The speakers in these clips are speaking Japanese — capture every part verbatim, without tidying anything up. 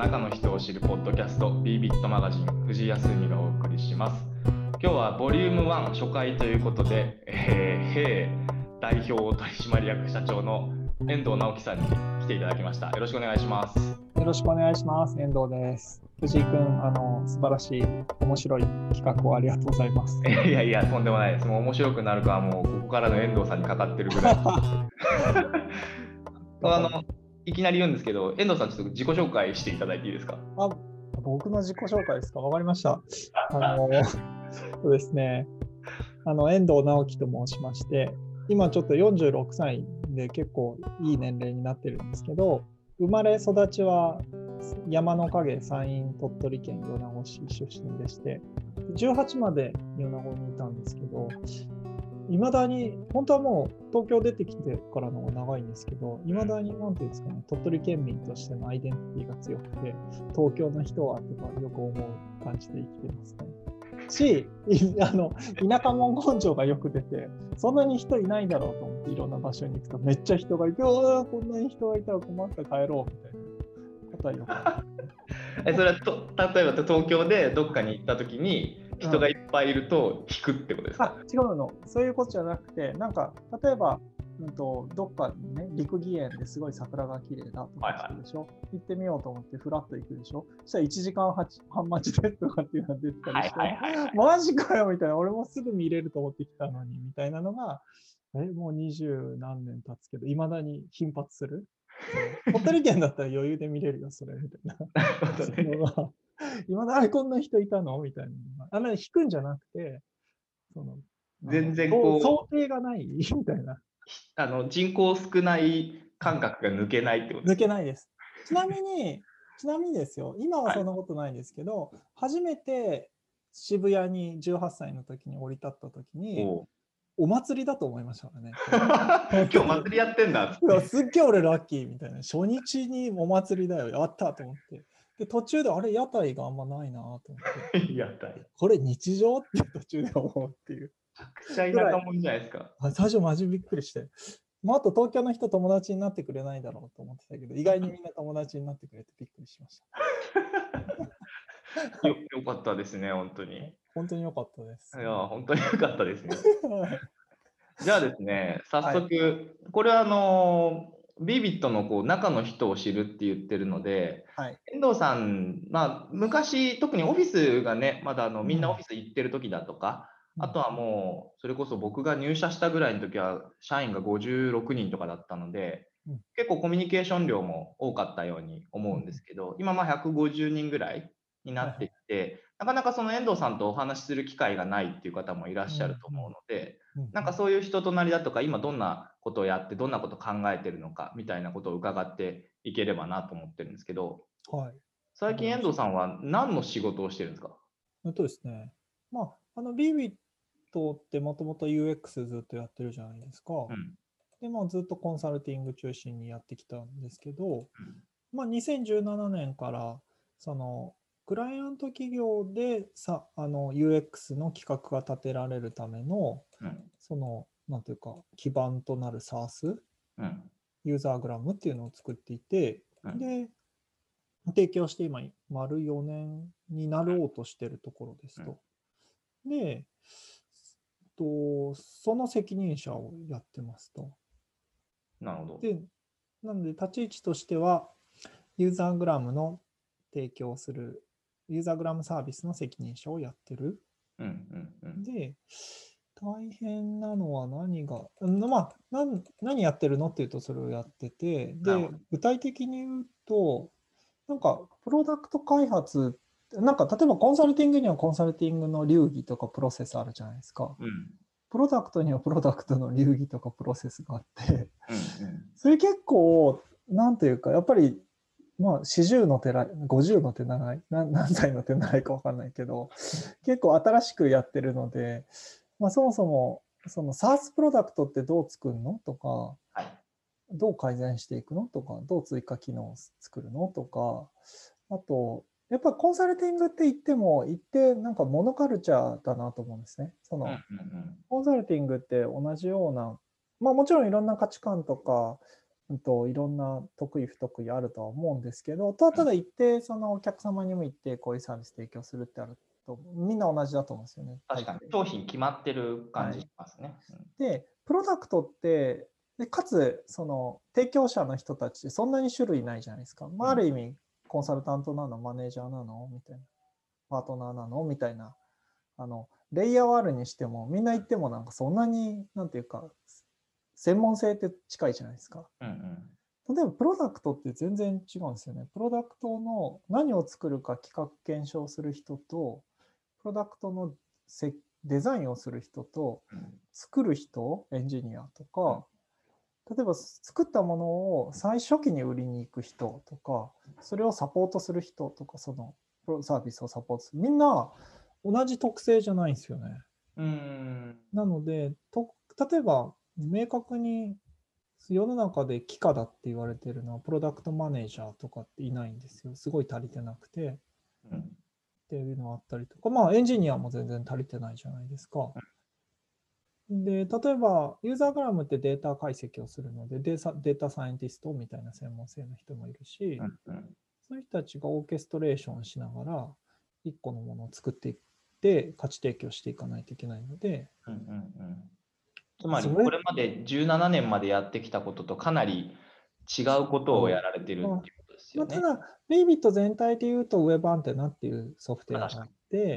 中の人を知るポッドキャスト ビービットマガジン、藤井康文がお送りします。今日はボリュームワン初回ということで、えー、弊代表取締役社長の遠藤直樹さんに来ていただきました。よろしくお願いします。 よろしくお願いします。遠藤です。藤井くん、あの素晴らしい面白い企画をありがとうございます。 いやいやとんでもないです。もう面白くなるかはもうここからの遠藤さんにかかってるぐらい。あのいきなり言うんですけど、遠藤さんちょっと自己紹介していただいていいですか？ あ、僕の自己紹介ですか？わかりました。あのそうですね。あの遠藤直樹と申しまして、今ちょっとよんじゅうろくさいで結構いい年齢になってるんですけど、生まれ育ちは山の影山陰鳥取県米子市出身でして、じゅうはちまで米子にいたんですけど、いまだに本当はもう東京出てきてからの方が長いんですけど、いまだに何ていうんですかね、鳥取県民としてのアイデンティティが強くて、東京の人はとかよく思う感じで生きてますね。し、あの田舎も根性がよく出て、そんなに人いないだろうと思っていろんな場所に行くとめっちゃ人がいて、あこんなに人がいたら困った帰ろうみたいなことはよくある。 えそれはと例えば東京でどっかに行った時に人がいっぱいいると引くってことですか？ うん、あ違うの、そういうことじゃなくて、なんか例えば、うん、とどっかにね、陸義園ですごい桜が綺麗だとか聞くでしょ、はいはい、行ってみようと思ってフラッと行くでしょ、そしたらいちじかんはん待ちですとかっていうのが出てたりして、はいはいはいはい、マジかよみたいな、俺もすぐ見れると思ってきたのにみたいなのが、えもう二十何年経つけどいまだに頻発する。鳥取県だったら余裕で見れるよそれみたいな。今だあれこんな人いたのみたいな。あんなに引くんじゃなくて、その全然こう想定がないみたいな。 あの人口少ない感覚が抜けないってことですか？ 抜けないです。ちなみに、ちなみにですよ、今はそんなことないんですけど、はい、初めて渋谷にじゅうはっさいの時に降り立った時に、お祭りだと思いましたからね。 今日祭りやってんだって。すっげえ俺ラッキーみたいな。初日にお祭りだよ。やったと思って。で、途中であれ屋台があんまないなと思って。 屋台。 これ日常って途中で思うっていう。 めちゃくちゃ田舎者じゃないですか。 最初マジびっくりして。もっと東京の人友達になってくれないだろうと思ってたけど、意外にみんな友達になってくれてびっくりしました。 よ, よかったですね、本当に。 本当によかったです。 いや、本当によかったですね。じゃあですね、早速、はい、これはあの、ビビットのこう中の人を知るって言ってるので、はい、遠藤さん、まあ、昔、特にオフィスがね、まだあのみんなオフィス行ってる時だとか、うん、あとはもう、それこそ僕が入社したぐらいの時は、社員がごじゅうろくにんとかだったので、うん、結構コミュニケーション量も多かったように思うんですけど、うん、今、まあひゃくごじゅうにんぐらいになってきて、はいはい、なかなかその遠藤さんとお話しする機会がないっていう方もいらっしゃると思うので、うんうん、なんかそういう人となりだとか、今どんなことをやってどんなことを考えてるのかみたいなことを伺っていければなと思ってるんですけど、はい、最近遠藤さんは何の仕事をしてるんですか？ えっとですね、まあ、あの ビービットってもともと ユーエックス ずっとやってるじゃないですか。うん、で、まあ、ずっとコンサルティング中心にやってきたんですけど、うん、まあ、にせんじゅうななねんからそのクライアント企業でさあの ユーエックス の企画が立てられるための、うん、そのなんていうか基盤となる SaaS、うん、ユーザーグラムっていうのを作っていて、うん、で提供して今丸よねんになろうとしているところですと。うん、でとその責任者をやってますと。 なるほど。 でなので立ち位置としてはユーザーグラムの提供するユーザーグラムサービスの責任者をやってる。うんうんうん、で大変なのは何が、まあ、何, 何やってるのっていうとそれをやってて、で具体的に言うとなんかプロダクト開発なんか例えばコンサルティングにはコンサルティングの流儀とかプロセスあるじゃないですか。うん、プロダクトにはプロダクトの流儀とかプロセスがあって、うんうん、それ結構なんていうかやっぱりまあよんじゅうの手習いごじゅうの手習い何歳の手習いか分かんないけど結構新しくやってるので、まあ、そもそもその SaaS プロダクトってどう作るのとか、はい、どう改善していくのとかどう追加機能を作るのとか、あとやっぱコンサルティングって言っても一定なんかモノカルチャーだなと思うんですね。その、うんうんうん、コンサルティングって同じような、まあもちろんいろんな価値観とかうんと、いろんな得意不得意あるとは思うんですけど、ただ一定そのお客様にも一定こういうサービス提供するってあると、みんな同じだと思うんですよね。 確かに商品決まってる感じしますね。 はい、で、プロダクトってでかつその提供者の人たちそんなに種類ないじゃないですか。まあ、ある意味コンサルタントなの、マネージャーなのみたいな、パートナーなのみたいな、あのレイヤーはあるにしてもみんな言ってもなんかそんなになんていうか専門性って近いじゃないですか。うんうん、例えばプロダクトって全然違うんですよね。プロダクトの何を作るか企画検証する人と、プロダクトのデザインをする人と、作る人、エンジニアとか、例えば作ったものを最初期に売りに行く人とか、それをサポートする人とか、そのプロサービスをサポートする、みんな同じ特性じゃないんですよね。うんなのでと、例えば明確に世の中で幾何だって言われてるのはプロダクトマネージャーとかっていないんですよ。すごい足りてなくて、うん、っていうのがあったりとか、まあエンジニアも全然足りてないじゃないですか。で、例えばユーザーグラムってデータ解析をするのでデータ、データサイエンティストみたいな専門性の人もいるし、うんうん、そういう人たちがオーケストレーションしながら一個のものを作っていって価値提供していかないといけないので、うんうんうん、 つまりこれまでじゅうななねんまでやってきたこととかなり違うことをやられてるっていうことですよね。 まあ、ただ、ベイビット全体で言うと Web アンテナっていうソフトウェアがあって、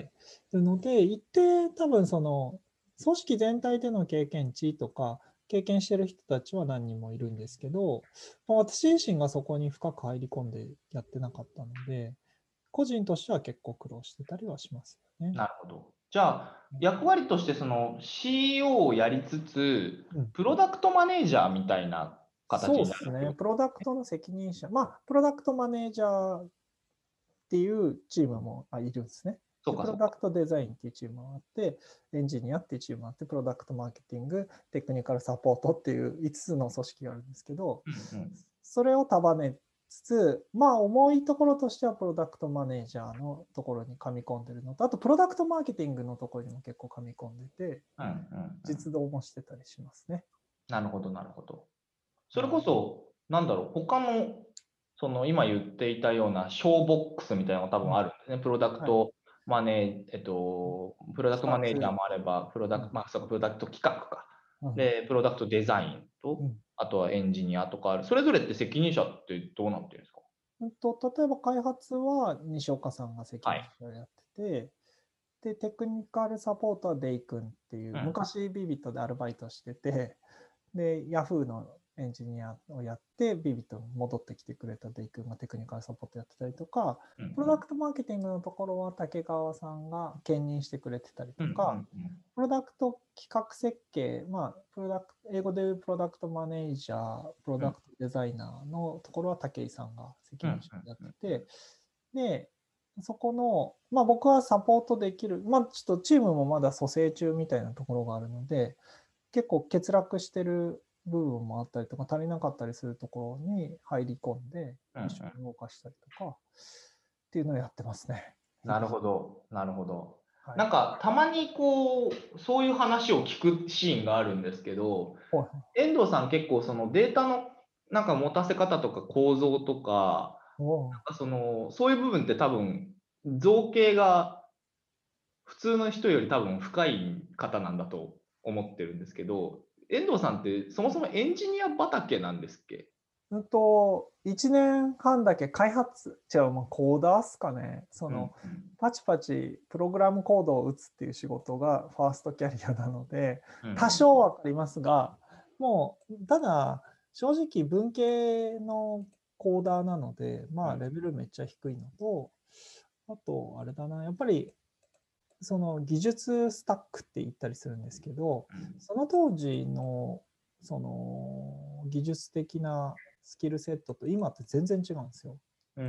るので、一定多分その組織全体での経験値とか、経験してる人たちは何人もいるんですけど、まあ、私自身がそこに深く入り込んでやってなかったので、個人としては結構苦労してたりはしますよね。 なるほど。じゃあ、役割としてその シーイーオー をやりつつ、プロダクトマネージャーみたいな形になる、 そうですね。プロダクトの責任者。まあ、プロダクトマネージャーっていうチームもいるんですね。でプロダクトデザインっていうチームもあって、エンジニアっていうチームもあって、プロダクトマーケティング、テクニカルサポートっていういつつの組織があるんですけど、うんうん、それを束ねつつ、まあ重いところとしてはプロダクトマネージャーのところに噛み込んでるのと、あとプロダクトマーケティングのところにも結構噛み込んでて、うんうんうん、実動もしてたりしますね。 なるほど、なるほど。それこそ、なんだろう、他のその今言っていたような小ボックスみたいなのが多分あるんですね。うん、プロダクトマネー、はい、えっと、プロダクトマネージャーもあれば、プロダクト、まあ、そうか、プロダクト企画か。うん、で、プロダクトデザインと、うん、あとはエンジニアとかある。それぞれって責任者ってどうなってるんですか？ うんと、例えば開発は西岡さんが責任者をやってて、はい、で、テクニカルサポートはデイ君っていう、うん、昔ビビットでアルバイトしてて、で、Yahoo のエンジニアをやって、ビビットに戻ってきてくれたデイ君がテクニカルサポートやってたりとか、うん、プロダクトマーケティングのところは竹川さんが兼任してくれてたりとか、うんうんうん、プロダクト企画設計、まあ、プロダクト英語で言うプロダクトマネージャー、プロダクトデザイナーのところは武井さんが責任者やってて、で、そこの、まあ僕はサポートできる、まあちょっとチームもまだ蘇生中みたいなところがあるので、結構欠落してる部分もあったりとか、足りなかったりするところに入り込んで、一緒に動かしたりとか、っていうのをやってますね。 なるほど、なるほど。はい、なんかたまにこう、そういう話を聞くシーンがあるんですけど、はい、遠藤さん結構そのデータのなんか持たせ方とか構造とか、なんかそのそういう部分って多分造形が普通の人より多分深い方なんだと思ってるんですけど、遠藤さんってそもそもエンジニア畑なんですっけ？ うんと、いちねんはんだけ開発、違う、まあ、コーダーっすかね。その、うんうん、パチパチプログラムコードを打つっていう仕事がファーストキャリアなので、多少わかりますが、もう、ただ、正直文系のコーダーなので、まあ、レベルめっちゃ低いのと、あと、あれだな、やっぱり、その技術スタックって言ったりするんですけど、その当時の、その技術的なスキルセットと今って全然違うんですよ。うん。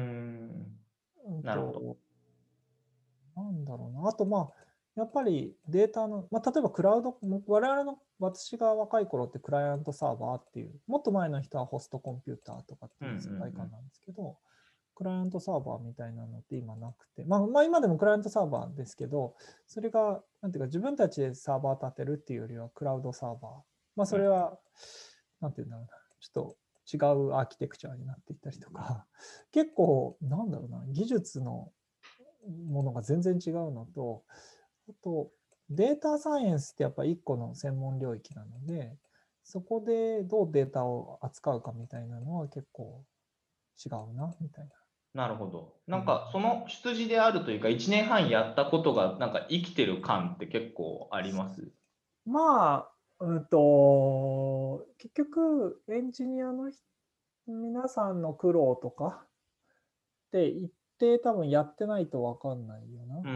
なるほど。なんだろうな。あとまあ、やっぱりデータの、まあ、例えばクラウド、我々の、私が若い頃ってクライアントサーバーっていう、もっと前の人はホストコンピューターとかっていう世界観なんですけど、うんうんうん、クライアントサーバーみたいなのって今なくて、まあ、まあ今でもクライアントサーバーですけど、それが、なんていうか自分たちでサーバー立てるっていうよりはクラウドサーバー。まあそれは、なんていうんだろうな。ちょっと違うアーキテクチャになっていったりとか、結構なんだろうな、技術のものが全然違うのと、あとデータサイエンスってやっぱ一個の専門領域なので、そこでどうデータを扱うかみたいなのは結構違うなみたいな。 なるほど。なんかその出自であるというか、いちねんはんやったことがなんか生きてる感って結構あります？ まあ、うんと、結局エンジニアの皆さんの苦労とかって一定多分やってないと分かんないよな、 うんうんうんうん、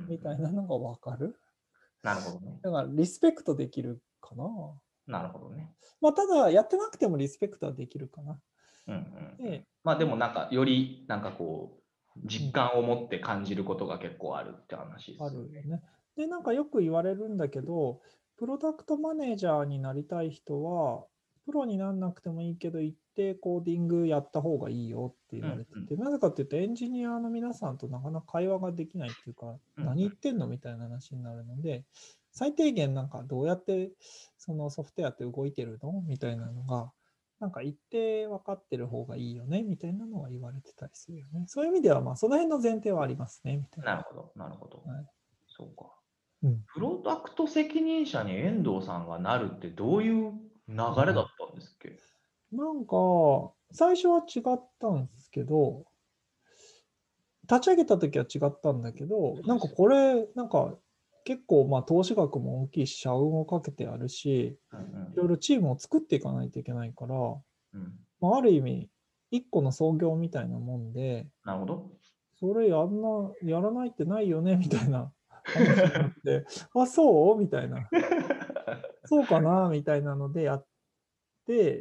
みたいなのが分かる。 なるほどね。 だからリスペクトできるかな。 なるほどね。 まあただやってなくてもリスペクトはできるかな。 うんうんうん、まあでもなんかよりなんかこう実感を持って感じることが結構あるって話です、ね、 あるよね。で、なんかよく言われるんだけど、プロダクトマネージャーになりたい人は、プロにならなくてもいいけど、一定コーディングやった方がいいよって言われてて、うんうん、なぜかっていうと、エンジニアの皆さんとなかなか会話ができないっていうか、うんうん、何言ってんのみたいな話になるので、最低限なんかどうやってそのソフトウェアって動いてるのみたいなのが、なんか一定分かってる方がいいよねみたいなのは言われてたりするよね。そういう意味では、まあその辺の前提はありますねみたいな。 なるほど、なるほど。はい、そうか、 うん。 プロダクト責任者に遠藤さんがなるってどういう流れだったんですっけ？ なんか、最初は違ったんですけど、立ち上げた時は違ったんだけど、なんかこれ、なんか結構まあ投資額も大きいし、社運をかけてあるし、いろいろチームを作っていかないといけないから、うん、まあ、ある意味、一個の創業みたいなもんで、 なるほど。 それやんな、やらないってないよねみたいな話になって、あ、そうみたいな。そうかなみたいなのでやって、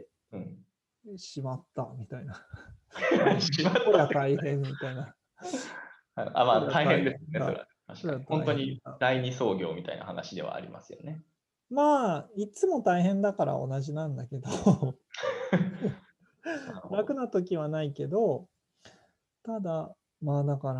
うん、しまったみたいな。こりゃ大変みたいな。 あ、まあ大変ですね、それは。確かに。本当に第二創業みたいな話ではありますよね。 まあ、いつも大変だから同じなんだけど、楽な時はないけど、ただ、まあだから、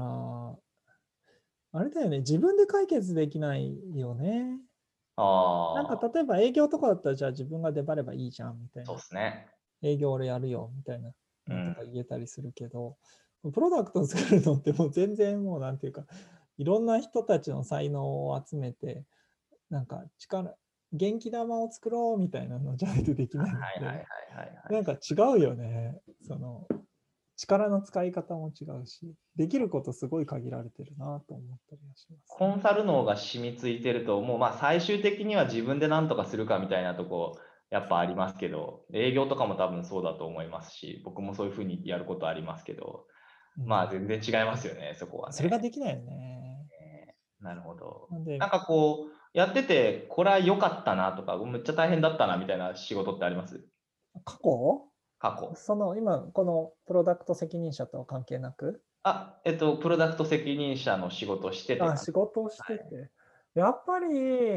あれだよね、自分で解決できないよね。あなんか例えば営業とかだったら、じゃあ自分が出張ればいいじゃんみたいな。 そうですね。 営業俺やるよみたいなのとか言えたりするけど、うん、プロダクトを作るのってもう全然もうなんていうか、いろんな人たちの才能を集めて、なんか力、元気玉を作ろうみたいなのじゃないとできないので、なんか違うよね。その力の使い方も違うし、できることすごい限られてるなと思ったりはします、ね。 コンサル脳が染みついてると、もうまあ最終的には自分で何とかするかみたいなとこ、やっぱありますけど、営業とかも多分そうだと思いますし、僕もそういうふうにやることありますけど、うん、まあ全然違いますよね、そこはね。 それができないよね。 えー、なるほど。なんかこう、やってて、これは良かったなとか、めっちゃ大変だったなみたいな仕事ってあります？ 過去過去。 その今、このプロダクト責任者とは関係なくあ、えっと、プロダクト責任者の仕事をしてて。 あ、仕事をしてて。はい、やっぱり、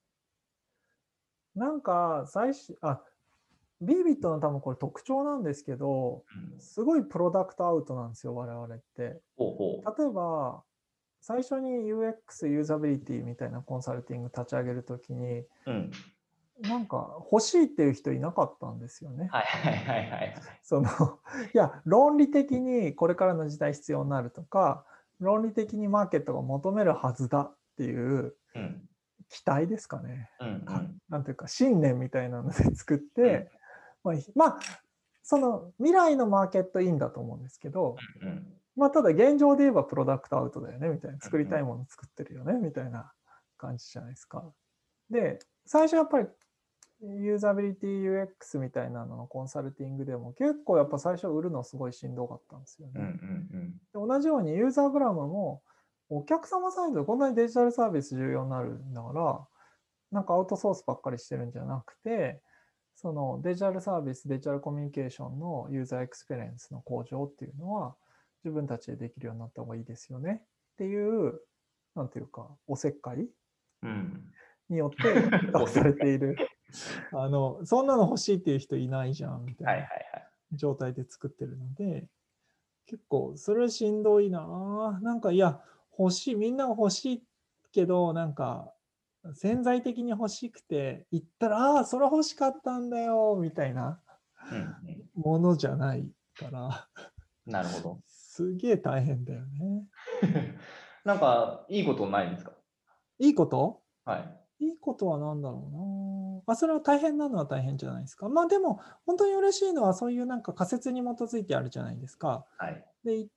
なんか、最初、あ、ビービットの多分これ特徴なんですけど、すごいプロダクトアウトなんですよ、我々って。 ほうほう例えば、最初に ユーエックス、ユーザビリティみたいなコンサルティング立ち上げるときに、うん、なんか欲しいっていう人いなかったんですよね。 はいはいはいはい。 そのいや論理的にこれからの時代必要になるとか、論理的にマーケットが求めるはずだっていう期待ですかね。うんうん、なんていうか信念みたいなので作って、うん、まあその未来のマーケットいいんだと思うんですけど、うんうん、まあただ現状で言えばプロダクトアウトだよねみたいな、作りたいもの作ってるよねみたいな感じじゃないですか。で最初やっぱりユーザビリティ ユーエックス みたいなののコンサルティングでも結構やっぱ最初売るのすごいしんどかったんですよね。うんうんうん、で同じようにユーザーグラムもお客様サイドでこんなにデジタルサービス重要になるんだからなんかアウトソースばっかりしてるんじゃなくて、そのデジタルサービスデジタルコミュニケーションのユーザーエクスペリエンスの向上っていうのは自分たちでできるようになった方がいいですよねっていうなんていうかおせっかい、うんによって出されているあのそんなの欲しいっていう人いないじゃんみたいな状態で作ってるので、はいはいはい、結構それしんどいな。なんかいや欲しいみんなが欲しいけどなんか潜在的に欲しくて言ったらああそれ欲しかったんだよみたいなものじゃないから。 なるほど。 すげえ大変だよね。 なんか、いいことないんですか？ いいこと？ はい。 いいことは何だろうな。あ、それは大変なのは大変じゃないですか。まあでも、本当に嬉しいのは、そういうなんか仮説に基づいてあるじゃないですか。 はい。 で、行って、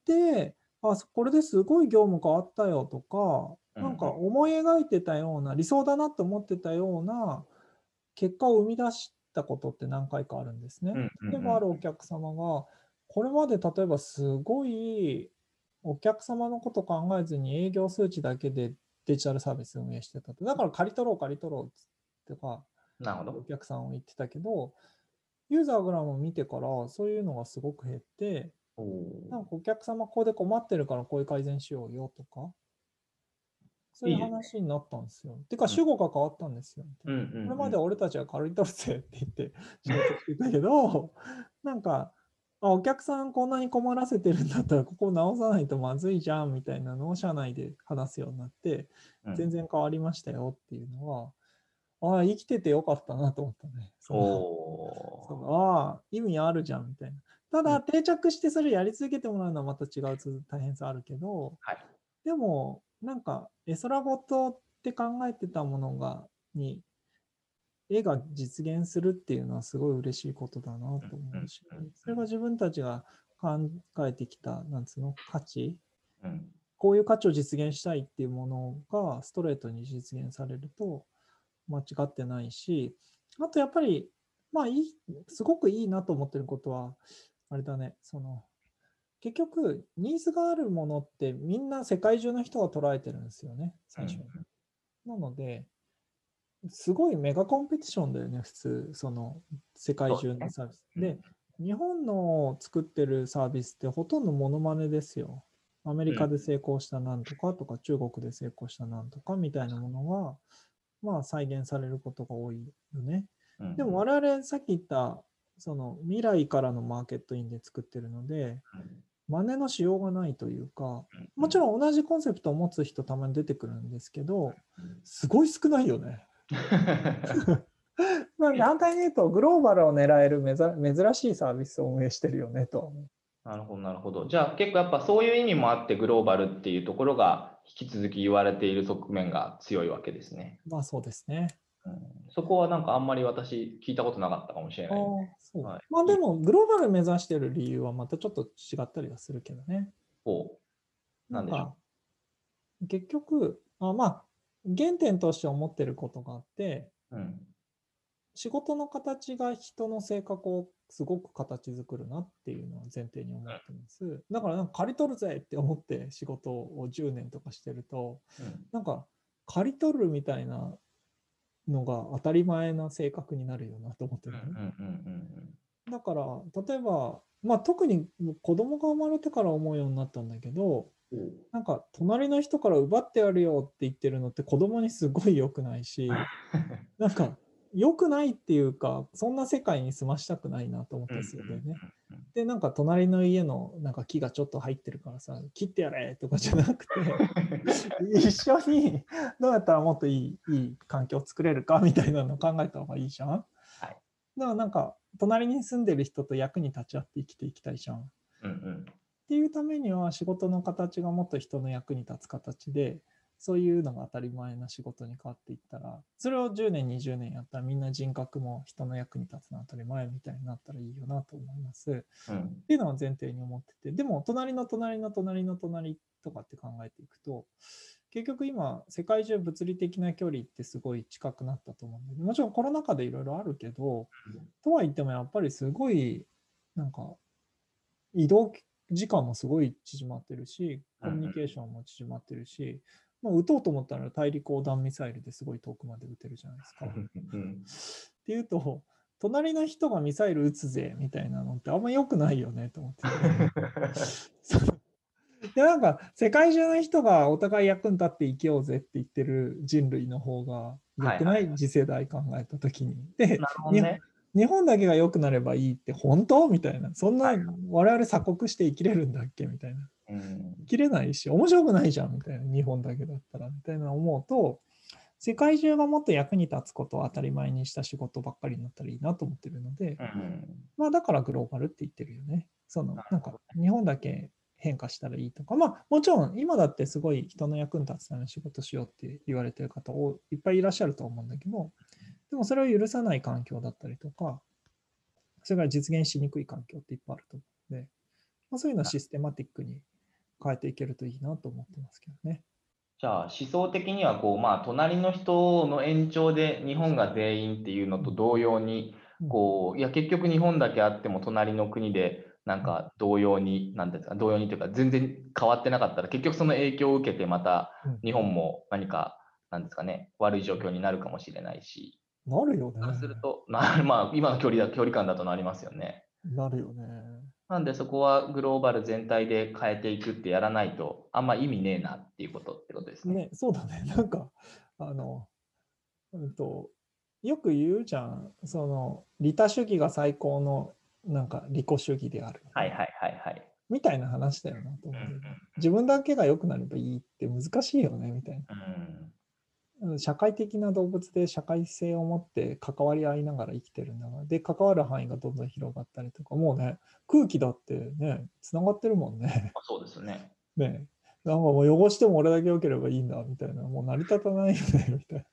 あ、これですごい業務変わったよとか、なんか思い描いてたような、理想だなと思ってたような結果を生み出したことって何回かあるんですね。例えばあるお客様が、これまで例えばすごいお客様のこと考えずに営業数値だけでデジタルサービスを運営してたと。だから借り取ろう借り取ろうとか、お客さんを言ってたけど、ユーザーグラムを見てからそういうのがすごく減って、なんかお客様ここで困ってるからこういう改善しようよとか、そういう話になったんですよ。てか主語が変わったんですよ。これまで俺たちは借り取るぜって言って仕事してたけど、なんか、あ、お客さんこんなに困らせてるんだったらここ直さないとまずいじゃんみたいなのを社内で話すようになって、全然変わりましたよっていうのは、ああ、生きててよかったなと思ったね。そのそのああ、意味あるじゃんみたいな。ただ、定着してそれやり続けてもらうのはまた違う大変さあるけど、 はい、 でも、なんか、絵空事って考えてたものが、に、絵が実現するっていうのはすごい嬉しいことだなと思うし、それが自分たちが考えてきた、なんつうの、価値、うん、こういう価値を実現したいっていうものがストレートに実現されると間違ってないし、あとやっぱり、まあいい、すごくいいなと思ってることは、あれだね、その、結局、ニーズがあるものってみんな世界中の人が捉えてるんですよね、最初に。うん、なので、すごいメガコンペティションだよね、普通、その世界中のサービス。で、日本の作ってるサービスってほとんどモノマネですよ。アメリカで成功したなんとかとか、中国で成功したなんとかみたいなものが、まあ、再現されることが多いよね。でも我々さっき言ったその未来からのマーケットインで作ってるので、真似のしようがないというか、もちろん同じコンセプトを持つ人たまに出てくるんですけど、すごい少ないよね。なんで反対に言うとグローバルを狙える珍しいサービスを運営してるよねと。 なるほどなるほど。じゃあ結構やっぱそういう意味もあってグローバルっていうところが引き続き言われている側面が強いわけですね。 まあそうですね。 うん、そこはなんかあんまり私聞いたことなかったかもしれない、ね。 あそうはい、まあでもグローバル目指してる理由はまたちょっと違ったりはするけどね。 おなんでしょう。結局、あまあ原点として思ってることがあって、うん、仕事の形が人の性格をすごく形作るなっていうのは前提に思ってます。だからなんか借り取るぜって思って仕事をじゅうねんとかしてると、うん、なんか借り取るみたいなのが当たり前な性格になるよなと思ってるね。だから例えば、まあ、特に子供が生まれてから思うようになったんだけど、うん、なんか隣の人から奪ってやるよって言ってるのって子供にすごい良くないしなんか良くないっていうかそんな世界に住ましたくないなと思ったんですよね。でなんか隣の家のなんか木がちょっと入ってるからさ切ってやれとかじゃなくて一緒にどうやったらもっといいいい環境を作れるかみたいなのを考えた方がいいじゃん。はい、だからなんか隣に住んでる人と役に立ち会って生きていきたいじゃん。うんうん、っていうためには仕事の形がもっと人の役に立つ形でそういうのが当たり前な仕事に変わっていったらそれをじゅうねんにじゅうねんやったらみんな人格も人の役に立つのは当たり前みたいになったらいいよなと思います、うん、っていうのは前提に思っててでも隣の隣の隣の隣とかって考えていくと結局今世界中物理的な距離ってすごい近くなったと思うんでもちろんコロナ禍でいろいろあるけどとは言ってもやっぱりすごいなんか移動時間もすごい縮まってるしコミュニケーションも縮まってるし、まあ、撃とうと思ったら大陸横断ミサイルですごい遠くまで撃てるじゃないですか。っていうと隣の人がミサイル撃つぜみたいなのってあんま良くないよねと思ってでなんか世界中の人がお互い役に立って生きようぜって言ってる人類の方が良くない、はいはい、次世代考えた時にで、ね、日本だけが良くなればいいって本当みたいなそんな我々鎖国して生きれるんだっけみたいな、うん、生きれないし面白くないじゃんみたいな日本だけだったらみたいな思うと世界中がもっと役に立つことを当たり前にした仕事ばっかりになったらいいなと思ってるので、うん、まあだからグローバルって言ってるよね。そのなんか日本だけ変化したらいいとか、まあもちろん今だってすごい人の役に立つための仕事しようって言われてる方をいっぱいいらっしゃると思うんだけど、でもそれを許さない環境だったりとか、それから実現しにくい環境っていっぱいあると思うので、まあ、そういうのをシステマティックに変えていけるといいなと思ってますけどね。 じゃあ思想的にはこう、まあ、隣の人の延長で日本が全員っていうのと同様に、こういや結局日本だけあっても隣の国でなんか同様に、なんですか、同様にというか全然変わってなかったら結局その影響を受けてまた日本も何かなんですかね、悪い状況になるかもしれないし。 なるよね。 そうすると、なまあ、今の距離だ距離感だとなりますよね。 なるよね。 なんでそこはグローバル全体で変えていくってやらないとあんま意味ねえなっていうことってことですね。 ね、そうだね。なんか、あの、うんと、よく言うじゃん。その、利他主義が最高の、なんか、利己主義である。 はいはいはいはい。 みたいな話だよなと思う、うんうん。自分だけが良くなればいいって難しいよね、みたいな。うん、社会的な動物で社会性を持って関わり合いながら生きてるんだから。で、関わる範囲がどんどん広がったりとか、もうね、空気だってね、つながってるもんね。 そうですね。 ね、なんかもう汚しても俺だけ良ければいいんだみたいな、もう成り立たないよね、みたいな。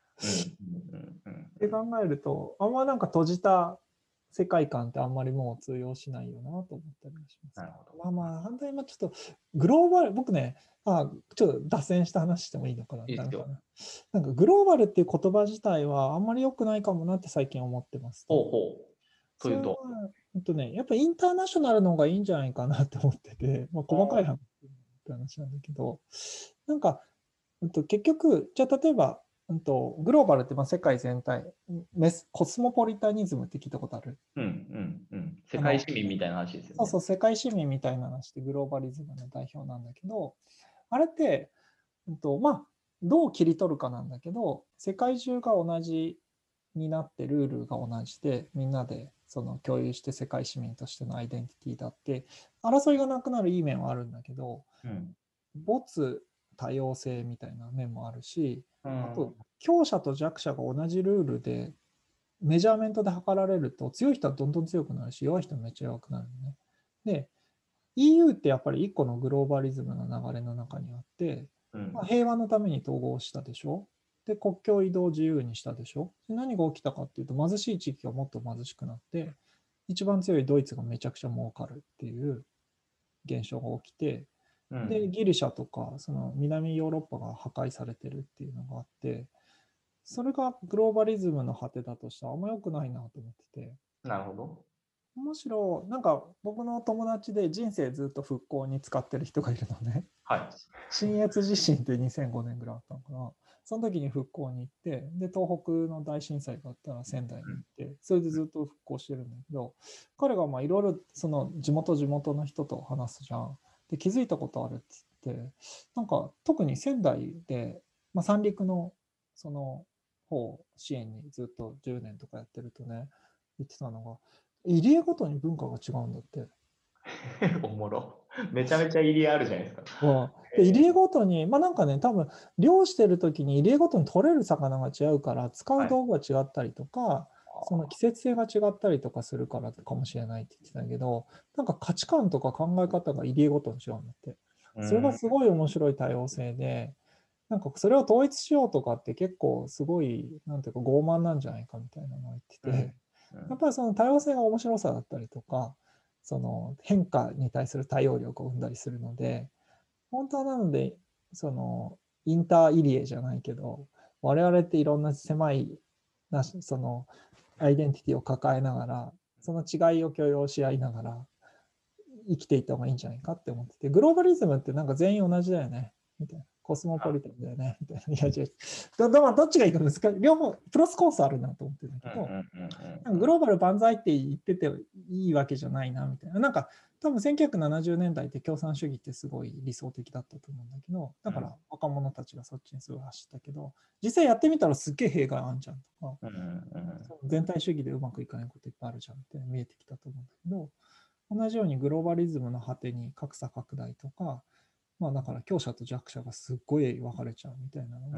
って考えると、あんまなんか閉じた世界観ってあんまりもう通用しないよなと思ったりします。なるほど。まあまあ、反対にちょっとグローバル、僕ね、あちょっと脱線した話してもいいのかな。いいですよ。なんかグローバルっていう言葉自体はあんまり良くないかもなって最近思ってます。 ほうほう。というと。 とね、やっぱインターナショナルの方がいいんじゃないかなって思ってて、まあ、細かい話って話なんだけど、なんか、結局、じゃあ例えば、うんと、グローバルってまあ世界全体メス、コスモポリタニズムって聞いたことある？ うんうんうん。世界市民みたいな話ですよね。 そうそう、世界市民みたいな話でグローバリズムの代表なんだけど、あれって、うんとまあ、どう切り取るかなんだけど、世界中が同じになってルールが同じで、みんなでその共有して世界市民としてのアイデンティティだって、争いがなくなるいい面はあるんだけど、うん、没多様性みたいな面もあるし、あと強者と弱者が同じルールでメジャーメントで測られると強い人はどんどん強くなるし弱い人はめっちゃ弱くなるね。で イーユー ってやっぱり一個のグローバリズムの流れの中にあって、うんまあ、平和のために統合したでしょ。で国境移動自由にしたでしょ。で何が起きたかっていうと貧しい地域がもっと貧しくなって一番強いドイツがめちゃくちゃ儲かるっていう現象が起きて、でギリシャとかその南ヨーロッパが破壊されてるっていうのがあって、それがグローバリズムの果てだとしたらあんま良くないなと思ってて。 なるほど。 むしろなんか僕の友達で人生ずっと復興に使ってる人がいるのね。 はい。 信越地震ってにせんごねんぐらいあったのかな。その時に復興に行って、で東北の大震災があったら仙台に行って、それでずっと復興してるんだけど、彼がいろいろその地元地元の人と話すじゃん。で気づいたことあるっつって、なんか特に仙台で、まあ、三陸のその方支援にずっとじゅうねんとかやってるとね、言ってたのが、入り江ごとに文化が違うんだって。 おもろ。めちゃめちゃ入り江あるじゃないですか。 で入り江ごとに、まあなんかね、多分漁してる時に入り江ごとに取れる魚が違うから、使う道具が違ったりとか、はい、その季節性が違ったりとかするからかもしれないって言ってたけど、なんか価値観とか考え方が入り江ごとに違うんだって。それがすごい面白い多様性で、なんかそれを統一しようとかって結構すごい、なんていうか傲慢なんじゃないかみたいなのを言ってて、やっぱりその多様性が面白さだったりとか、その変化に対する対応力を生んだりするので、本当はなので、そのインターイリエじゃないけど、我々っていろんな狭いなそのアイデンティティを抱えながら、その違いを許容し合いながら生きていった方がいいんじゃないかって思ってて、グローバリズムってなんか全員同じだよねみたいな。コスモポリタンだよねみたいな。いや、違う。ど, ど, どっちがいいか難しい。両方、プロスコースあるなと思ってるんだけど、なんかグローバル万歳って言ってていいわけじゃないなみたいな。なんか多分せんきゅうひゃくななじゅうねんだいって共産主義ってすごい理想的だったと思うんだけど、だから若者たちがそっちにすごい走ったけど、実際やってみたらすっげえ弊害あんじゃんとか、全体主義でうまくいかないこといっぱいあるじゃんって見えてきたと思うんだけど、同じようにグローバリズムの果てに格差拡大とか、まあだから強者と弱者がすっごい分かれちゃうみたいなのが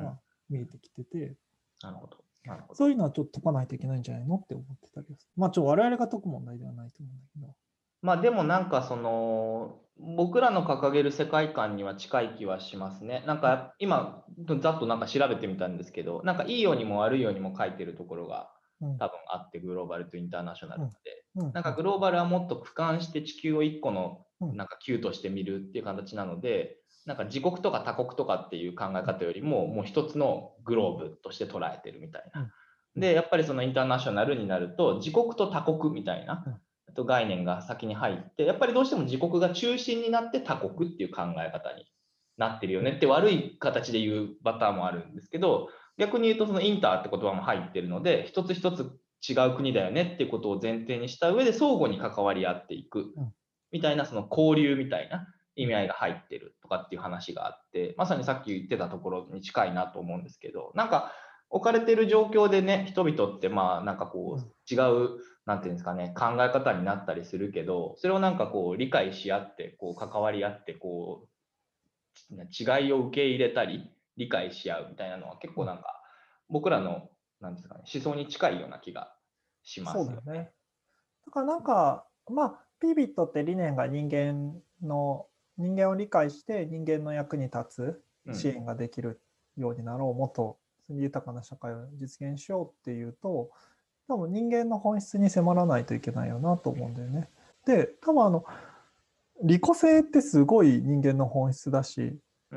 見えてきてて、 なるほど。なるほど。 そういうのはちょっと解かないといけないんじゃないのって思ってたりする。まあ、ちょっと我々が解く問題ではないと思うんだけど。 まあでもなんかその僕らの掲げる世界観には近い気はしますね。なんか今ざっとなんか調べてみたんですけど、なんかいいようにも悪いようにも書いてるところが多分あって、グローバルとインターナショナルで、なんかグローバルはもっと俯瞰して地球を一個のなんか球として見るっていう形なので、なんか自国とか他国とかっていう考え方よりももう一つのグローブとして捉えてるみたいな。でやっぱりそのインターナショナルになると自国と他国みたいな概念が先に入って、やっぱりどうしても自国が中心になって他国っていう考え方になってるよねって悪い形で言うパターンもあるんですけど、逆に言うとそのインターって言葉も入ってるので、一つ一つ違う国だよねっていうことを前提にした上で相互に関わり合っていくみたいな、その交流みたいな意味合いが入ってるとかっていう話があって、まさにさっき言ってたところに近いなと思うんですけど、なんか置かれてる状況でね、人々ってまあなんかこう違う、なんていうんですかね、考え方になったりするけど、それをなんかこう理解し合って、こう関わり合って、こう違いを受け入れたり、理解し合うみたいなのは結構なんか僕らの、なんですかね、思想に近いような気がしますよね。 そうだね。だからなんか、まあ、ピービットって理念が人間の、人間を理解して人間の役に立つ支援ができるようになろう、もっと豊かな社会を実現しようっていうと、多分人間の本質に迫らないといけないよなと思うんだよね。で、多分あの、利己性ってすごい人間の本質だし、うん、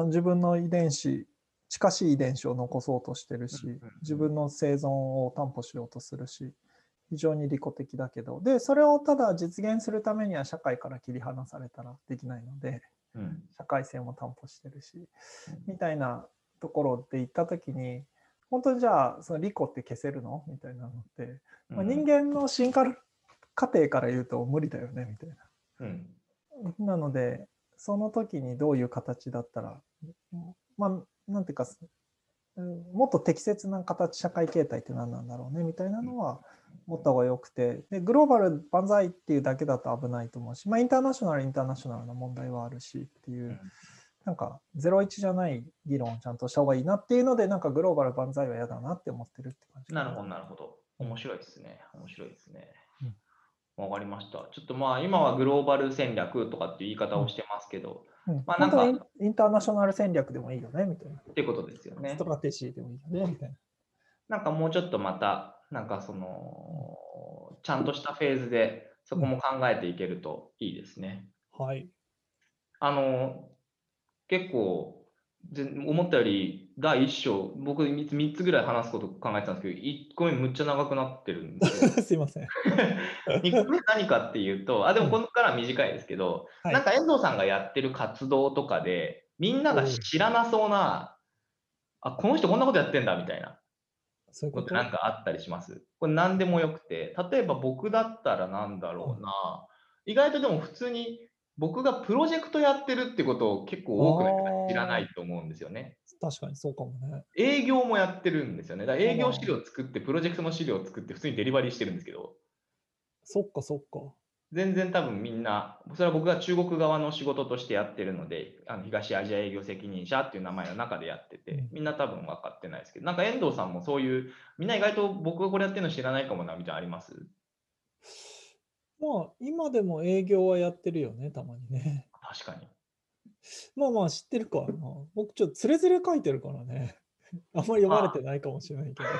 自分の遺伝子、近しい遺伝子を残そうとしてるし、自分の生存を担保しようとするし、非常に利己的だけど、でそれをただ実現するためには社会から切り離されたらできないので、うん、社会性も担保してるし、うん、みたいなところで言った時に、本当にじゃあその利己って消せるのみたいなのって、うん、まあ、人間の進化過程から言うと無理だよねみたいな、うん、なのでその時にどういう形だったら、まあなんていうか、もっと適切な形、社会形態って何なんだろうねみたいなのは持った方がよくて、でグローバル万歳っていうだけだと危ないと思うし、まあ、インターナショナルインターナショナルな問題はあるしっていう、なんかゼロイチじゃない議論をちゃんとした方がいいなっていうので、なんかグローバル万歳は嫌だなって思ってるって感じ。 なるほどなるほど、面白いですね、面白いですね。わかりました。ちょっとまあ今はグローバル戦略とかっていう言い方をしてますけど、 うんうん、まあなんかインターナショナル戦略でもいいよねみたいな。 っていうことですよね。 ストラテジーでもいいよねみたいな。 なんかもうちょっとまたなんかそのちゃんとしたフェーズでそこも考えていけるといいですね。 うん、はい。 あの結構思ったよりだいいっ章、僕みっつぐらい話すこと考えてたんですけど、いっこめむっちゃ長くなってるんですよ。 すいません。 にこめ何かっていうと、あ、でもここから短いですけど、うん、なんか遠藤さんがやってる活動とかで、みんなが知らなそうな、あ、この人こんなことやってんだみたいなことなんかあったりします？これ何でもよくて、例えば僕だったらなんだろうな、うん、意外とでも普通に僕がプロジェクトやってるってことを結構多くの人が知らないと思うんですよね。 確かにそうかもね。 営業もやってるんですよね。だから営業資料を作って、プロジェクトの資料を作って、普通にデリバリーしてるんですけど。 そっかそっか。 全然多分みんな、それは僕が中国側の仕事としてやってるので、あの東アジア営業責任者っていう名前の中でやってて、みんな多分分かってないですけど、なんか遠藤さんもそういう、みんな意外と僕がこれやってるの知らないかもなみたいなのあります？ まあ、今でも営業はやってるよね、たまにね。 確かに。 まあまあ知ってるかな。僕ちょっとつれづれ書いてるからね。あんまり読まれてないかもしれないけど。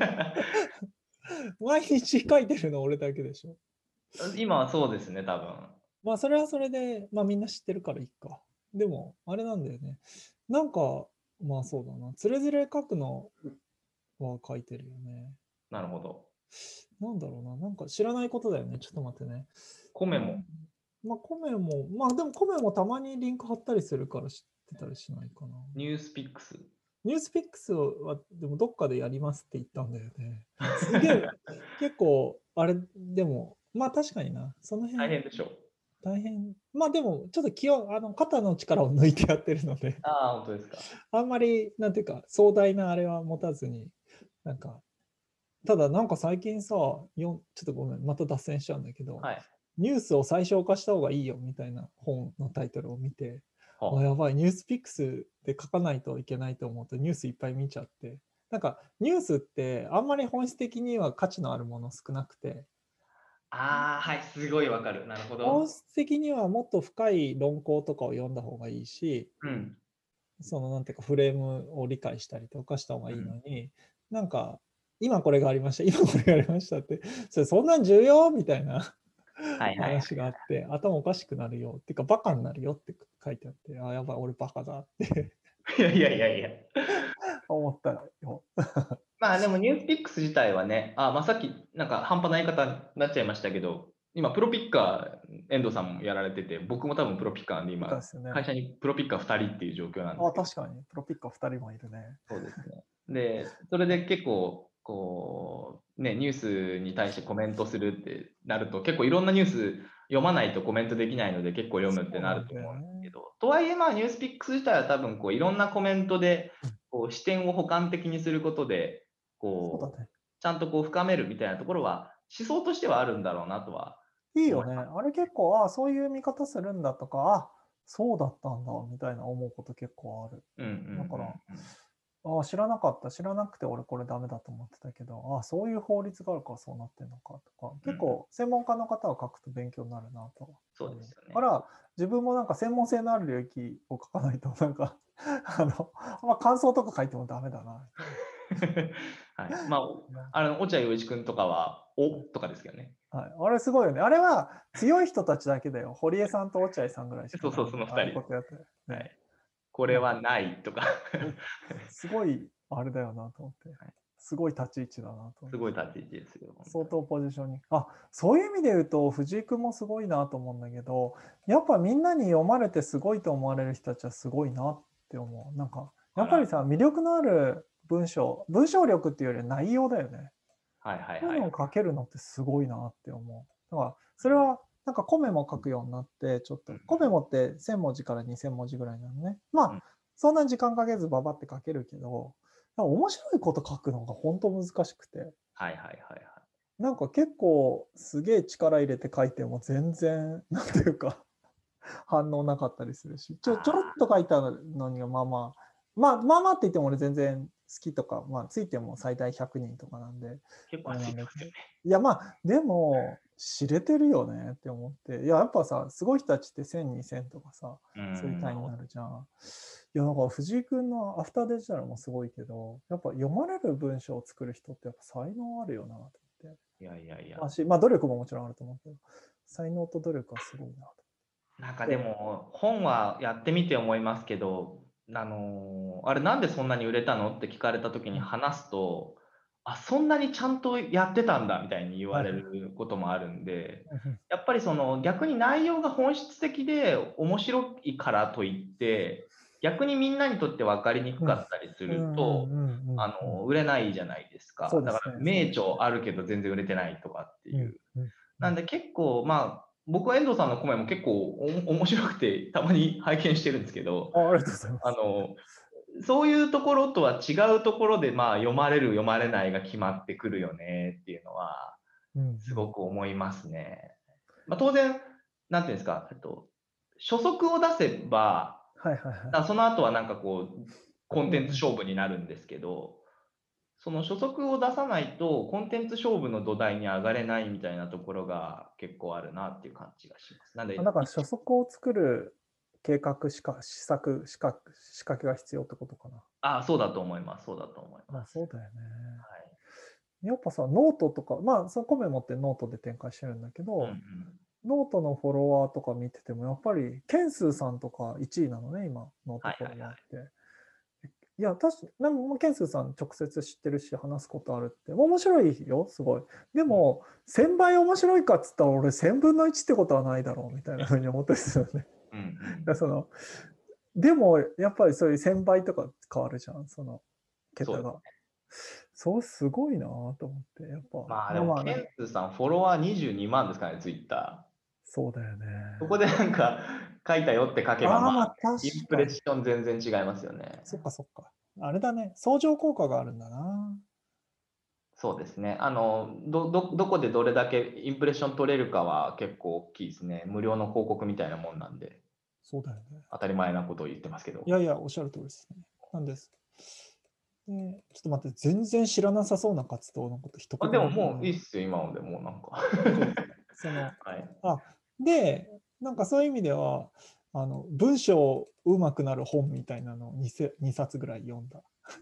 毎日書いてるの俺だけでしょ。 今はそうですね、多分。 まあそれはそれで、まあみんな知ってるからいいか。でも、あれなんだよね。なんか、まあそうだな。つれづれ書くのは書いてるよね。 なるほど。 なんだろうな。なんか知らないことだよね。ちょっと待ってね。 コメも。 まあコメも、まあでもコメもたまにリンク貼ったりするから知ってたりしないかな。 ニュースピックス。 ニュースピックスはでもどっかでやりますって言ったんだよね。すげえ、結構、あれ、でも、まあ確かにな。その辺。 大変でしょう。 大変。まあでも、ちょっと気を、あの、肩の力を抜いてやってるので。 ああ、本当ですか。 あんまり、なんていうか、壮大なあれは持たずに、なんか、ただなんか最近さ、よちょっとごめん、また脱線しちゃうんだけど、はい、ニュースを最小化した方がいいよみたいな本のタイトルを見て、 あ、やばい、ニュースピックスで書かないといけないと思うと、ニュースいっぱい見ちゃって。なんか、ニュースってあんまり本質的には価値のあるもの少なくて。 ああ、はい、すごいわかる。なるほど。 本質的にはもっと深い論考とかを読んだ方がいいし、 うん、 そのなんていうかフレームを理解したりとかした方がいいのに、うん、なんか、今これがありました、今これがありましたって、それそんなん重要みたいな話があって、頭おかしくなるよっていうか、バカになるよって書いてあって、あ、やばい、俺バカだっていやいやいやいや。 思ったよ。 まあでもニュースピックス自体はね、あ、まあ、さっきなんか半端な言い方になっちゃいましたけど、今プロピッカー、遠藤さんもやられてて、僕も多分プロピッカーで今、ね、会社にプロピッカーふたりっていう状況なんですけど。 あ、確かに、プロピッカーふたりもいるね。 そうですね。で、それで結構、こう、ね、ニュースに対してコメントするってなると、結構いろんなニュース読まないとコメントできないので、結構読むってなると思うんですけど、ね、とはいえ、まあ、ニュースピックス自体は多分こういろんなコメントでこう視点を補完的にすることで、こう、ね、ちゃんとこう深めるみたいなところは、思想としてはあるんだろうなとは。 いいよね。あれ結構、あそういう見方するんだとか、あそうだったんだみたいな思うこと結構ある。 うんうんうんうん、 だから、あ知らなかった、知らなくて俺これダメだと思ってたけど、あそういう法律があるからそうなってんのかとか、結構専門家の方を書くと勉強になるなと。 そうですよね。 だから自分もなんか専門性のある領域を書かないと、なんかあの、まあ、感想とか書いてもダメだな。 はい、まあ、あの落合陽一君とかは、おとかですけどね。 はい、あれすごいよね。あれは強い人たちだけだよ。堀江さんと落合さんぐらいしか。 そうそう、そのふたり。 ことやってね、 はい。これはないとか。 すごい、あれだよなと思って。すごい立ち位置だなと思って。 すごい立ち位置ですよ。 相当ポジションに。あ、そういう意味で言うと、藤井君もすごいなと思うんだけど、やっぱみんなに読まれてすごいと思われる人たちはすごいなって思う。なんか、やっぱりさ、魅力のある文章、文章力っていうより内容だよね。 はいはいはい。 そういうのを書けるのってすごいなって思う。だから、それは、なんかコメも書くようになって、ちょっと、コメモってせん文字からにせん文字ぐらいなのね。まあ、そんなに時間かけずババって書けるけど、面白いこと書くのが本当難しくて。はいはいはいはい。 なんか結構すげえ力入れて書いても全然、なんていうか、反応なかったりするし、ちょ、ちょろっと書いたのにはまあまあ、まあまあまあって言っても俺全然好きとか、まあついても最大ひゃくにんとかなんで。 結構ついてますよね。 いやまあ、でも、知れてるよねって思って。いや、やっぱさ、すごい人たちってせん、にせんとかさ、そういう単位になるじゃん。いや、だから藤井君のアフターデジタルもすごいけど、やっぱ読まれる文章を作る人ってやっぱ才能あるよなと思って。 いやいやいや。 まあ、まあ、努力ももちろんあると思うけど、才能と努力はすごいなと。 なんかでも、本はやってみて思いますけど、あのー、あれなんでそんなに売れたのって聞かれた時に話すと、あ、そんなにちゃんとやってたんだみたいに言われることもあるんで、やっぱりその逆に内容が本質的で面白いからといって、逆にみんなにとって分かりにくかったりすると、あの、売れないじゃないですか。だから名著あるけど全然売れてないとかっていう。なんで結構、まあ、僕は遠藤さんのコメも結構お面白くてたまに拝見してるんですけど、 あ、ありがとうございます。 あの、そういうところとは違うところで、まあ、読まれる、読まれないが決まってくるよねっていうのは、すごく思いますね。まあ、当然、なんていうんですか、えっと、初速を出せば、 はいはいはい、 その後はなんかこう、コンテンツ勝負になるんですけど、その初速を出さないと、コンテンツ勝負の土台に上がれないみたいなところが結構あるなっていう感じがします。なんで、 だから初速を作る計画しか、施策、仕掛仕掛けが必要ってことかな。 ああ、そうだと思います。そうだと思います。 まあそうだよね。 はい、 やっぱさ、ノートとか、まあそのコメ持ってノートで展開してるんだけど、うんうん、ノートのフォロワーとか見てても、やっぱり、ケンスーさんとかいちいなのね、今、ノートフォロワーって。はいはいはい、いや、確かに、ケンスーさん直接知ってるし、話すことあるって。面白いよ、すごい。でも、せんばい面白いかっつったら、俺せんぶんのいちってことはないだろう、みたいなふうに思ったりするよね。うんうん、そのでも、やっぱりそういうせんばいとか変わるじゃん、その、桁が。そう、すごいなと思って、やっぱ。 まあでも、ケンスーさん、フォロワーにじゅうにまんですかね、ツイッター。 そうだよね。 そこでなんか、書いたよって書けば、まあ、まあインプレッション全然違いますよね。 そっかそっか。あれだね、相乗効果があるんだな。 そうですね。あの、ど、ど、どこでどれだけインプレッション取れるかは結構大きいですね。無料の広告みたいなもんなんで。 そうだよね。 当たり前なことを言ってますけど。 いやいや、おっしゃる通りですね。なんです。でちょっと待って、全然知らなさそうな活動のこと一言。 言でももういいっすよ、今のでもうなんか。 その、 はい、 あで、なんかそういう意味では、あの文章うまくなる本みたいなのを 2, 2冊ぐらい読んだ。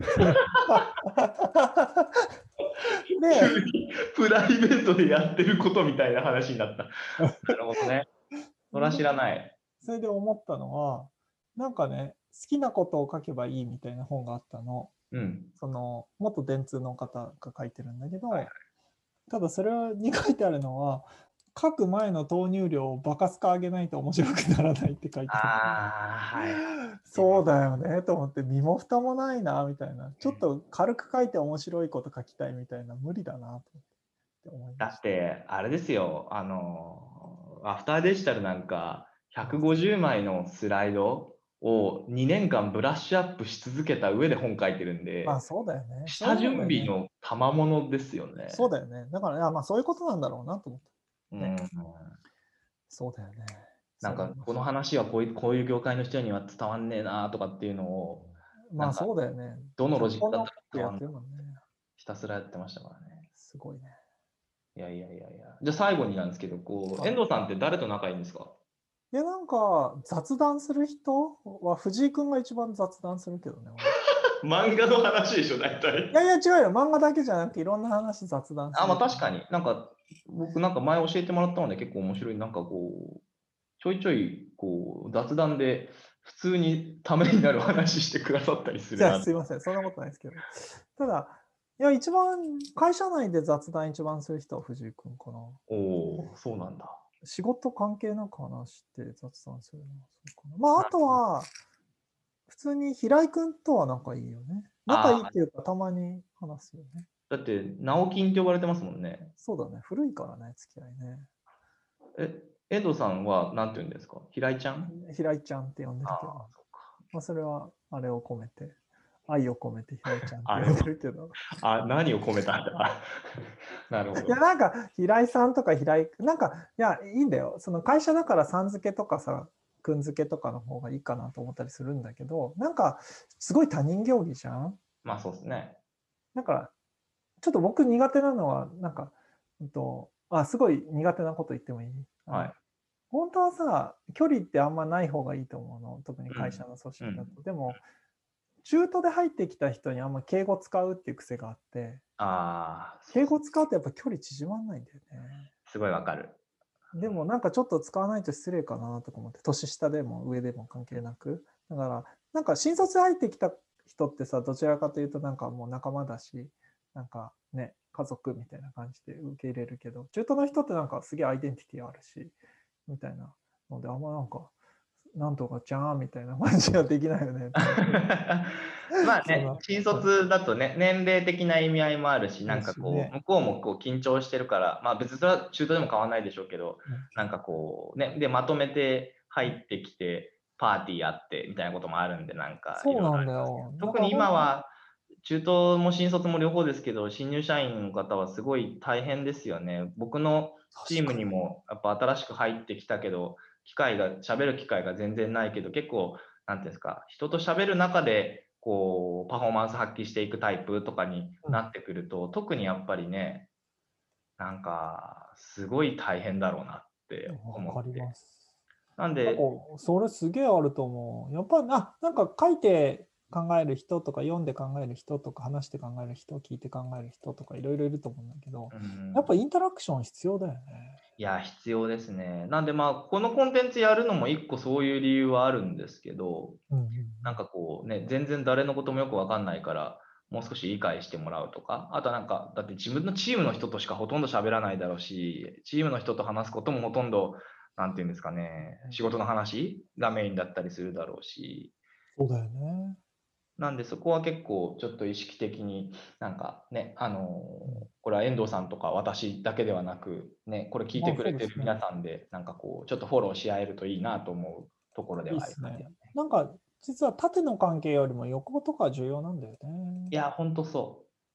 で、プライベートでやってることみたいな話になった。なるほどね。それは知らない。 それで思ったのは、なんかね、好きなことを書けばいいみたいな本があったの。 うん、 その元電通の方が書いてるんだけど、 はいはい、 ただそれに書いてあるのは、書く前の投入量をバカスカ上げないと面白くならないって書いてある。 ああ、はい。 そうだよねと思って、身も蓋もないなみたいな。ちょっと軽く書いて面白いこと書きたいみたいな、無理だなと思って思いました。 だって、あれですよ、あの、アフターデジタルなんか、ひゃくごじゅうまいのスライドをにねんかんブラッシュアップし続けた上で本書いてるんで、 まあそうだよね。 下準備の賜物ですよね。 そうだよね。だから、まあそういうことなんだろうなと思って、ね。 うん、 そうだよね。 なんかこの話はこういうこういう業界の人には伝わんねえなとかっていうのを、 まあそうだよね。 どのロジックだったか伝わんね、 ひたすらやってましたからね。 すごいね。 いやいやいやいや。じゃあ最後になんですけど、こう、遠藤さんって誰と仲いいんですか？ いや、なんか雑談する人は藤井君が一番雑談するけどね。 漫画の話でしょ、大体。 いやいや、違うよ。漫画だけじゃなくていろんな話雑談する。 あ、まあ確かに。なんか、僕なんか前教えてもらったので結構面白い。なんかこう、ちょいちょいこう雑談で普通にためになる話してくださったりするな。 すいません、そんなことないですけど。ただ、いや、一番、会社内で雑談一番する人は藤井君かな。 おお、そうなんだ。 仕事関係なく話して雑談するのはそうかな。まあ、あとは、普通に平井君とは仲いいよね。仲いいっていうか、たまに話すよね。 だって、直金って呼ばれてますもんね。 そうだね。古いからね、付き合いね。 え、遠藤さんは何て言うんですか？平井ちゃん？ 平井ちゃんって呼んでるけど。あそうか。まあ、それは、あれを込めて。愛を込めて平井ちゃんって呼んでるけど。 あ、何を込めたんだなるほど。 いや、なんか、平井さんとか平井、なんか、いや、いいんだよ。その会社だからさん付けとかさ、くん付けとかの方がいいかなと思ったりするんだけど、なんか、すごい他人行儀じゃん？ まあそうですね。 だから、ちょっと僕苦手なのは、なんか、うんと、あ、すごい苦手なこと言ってもいい？ はい。 本当はさ、距離ってあんまない方がいいと思うの。特に会社の組織だと。うんうん、でも、中途で入ってきた人にあんま敬語使うっていう癖があって、 あ敬語使うとやっぱ距離縮まんないんだよね。 すごいわかる。 でもなんかちょっと使わないと失礼かなとか思って、年下でも上でも関係なく。だから、なんか新卒で入ってきた人ってさ、どちらかというとなんかもう仲間だし、なんかね、家族みたいな感じで受け入れるけど、中途の人ってなんかすげえアイデンティティあるし、みたいなので、あんまなんか、なんとかじゃんみたいな感じはできないよね。 まあね、新卒だとね、年齢的な意味合いもあるし、なんかこう、 ね、 向こうもこう緊張してるから、まあ別にそれは中途でも変わらないでしょうけど、うん、なんかこう、ね、で、まとめて入ってきて、パーティーやってみたいなこともあるんで、なんかそうなんだよ。 特に今は、中東も新卒も両方ですけど、新入社員の方はすごい大変ですよね。僕のチームにもやっぱ新しく入ってきたけど、機会が、喋る機会が全然ないけど、結構、なんていうんですか、人と喋る中で、こう、パフォーマンス発揮していくタイプとかになってくると、うん、特にやっぱりね、なんか、すごい大変だろうなって思って。 わかります。 なんで、 それすげえあると思う。やっぱな、なんか書いて考える人とか読んで考える人とか話して考える人聞いて考える人とかいろいろいると思うんだけど、うん、やっぱインタラクション必要だよね。 いや必要ですね。なんでまあこのコンテンツやるのも一個そういう理由はあるんですけど、うんうん、なんかこうね全然誰のこともよく分かんないからもう少し理解してもらうとか、あとなんかだって自分のチームの人としかほとんど喋らないだろうし、チームの人と話すこともほとんどなんていうんですかね、仕事の話がメインだったりするだろうし。 そうだよね。 なんでそこは結構ちょっと意識的になんかね、あのこれは遠藤さんとか私だけではなくね、これ聞いてくれてる皆さんでなんかこうちょっとフォローし合えるといいなと思うところではありますよね。 いいなんか実は縦の関係よりも横とか重要なんだよね。 いや本当そう。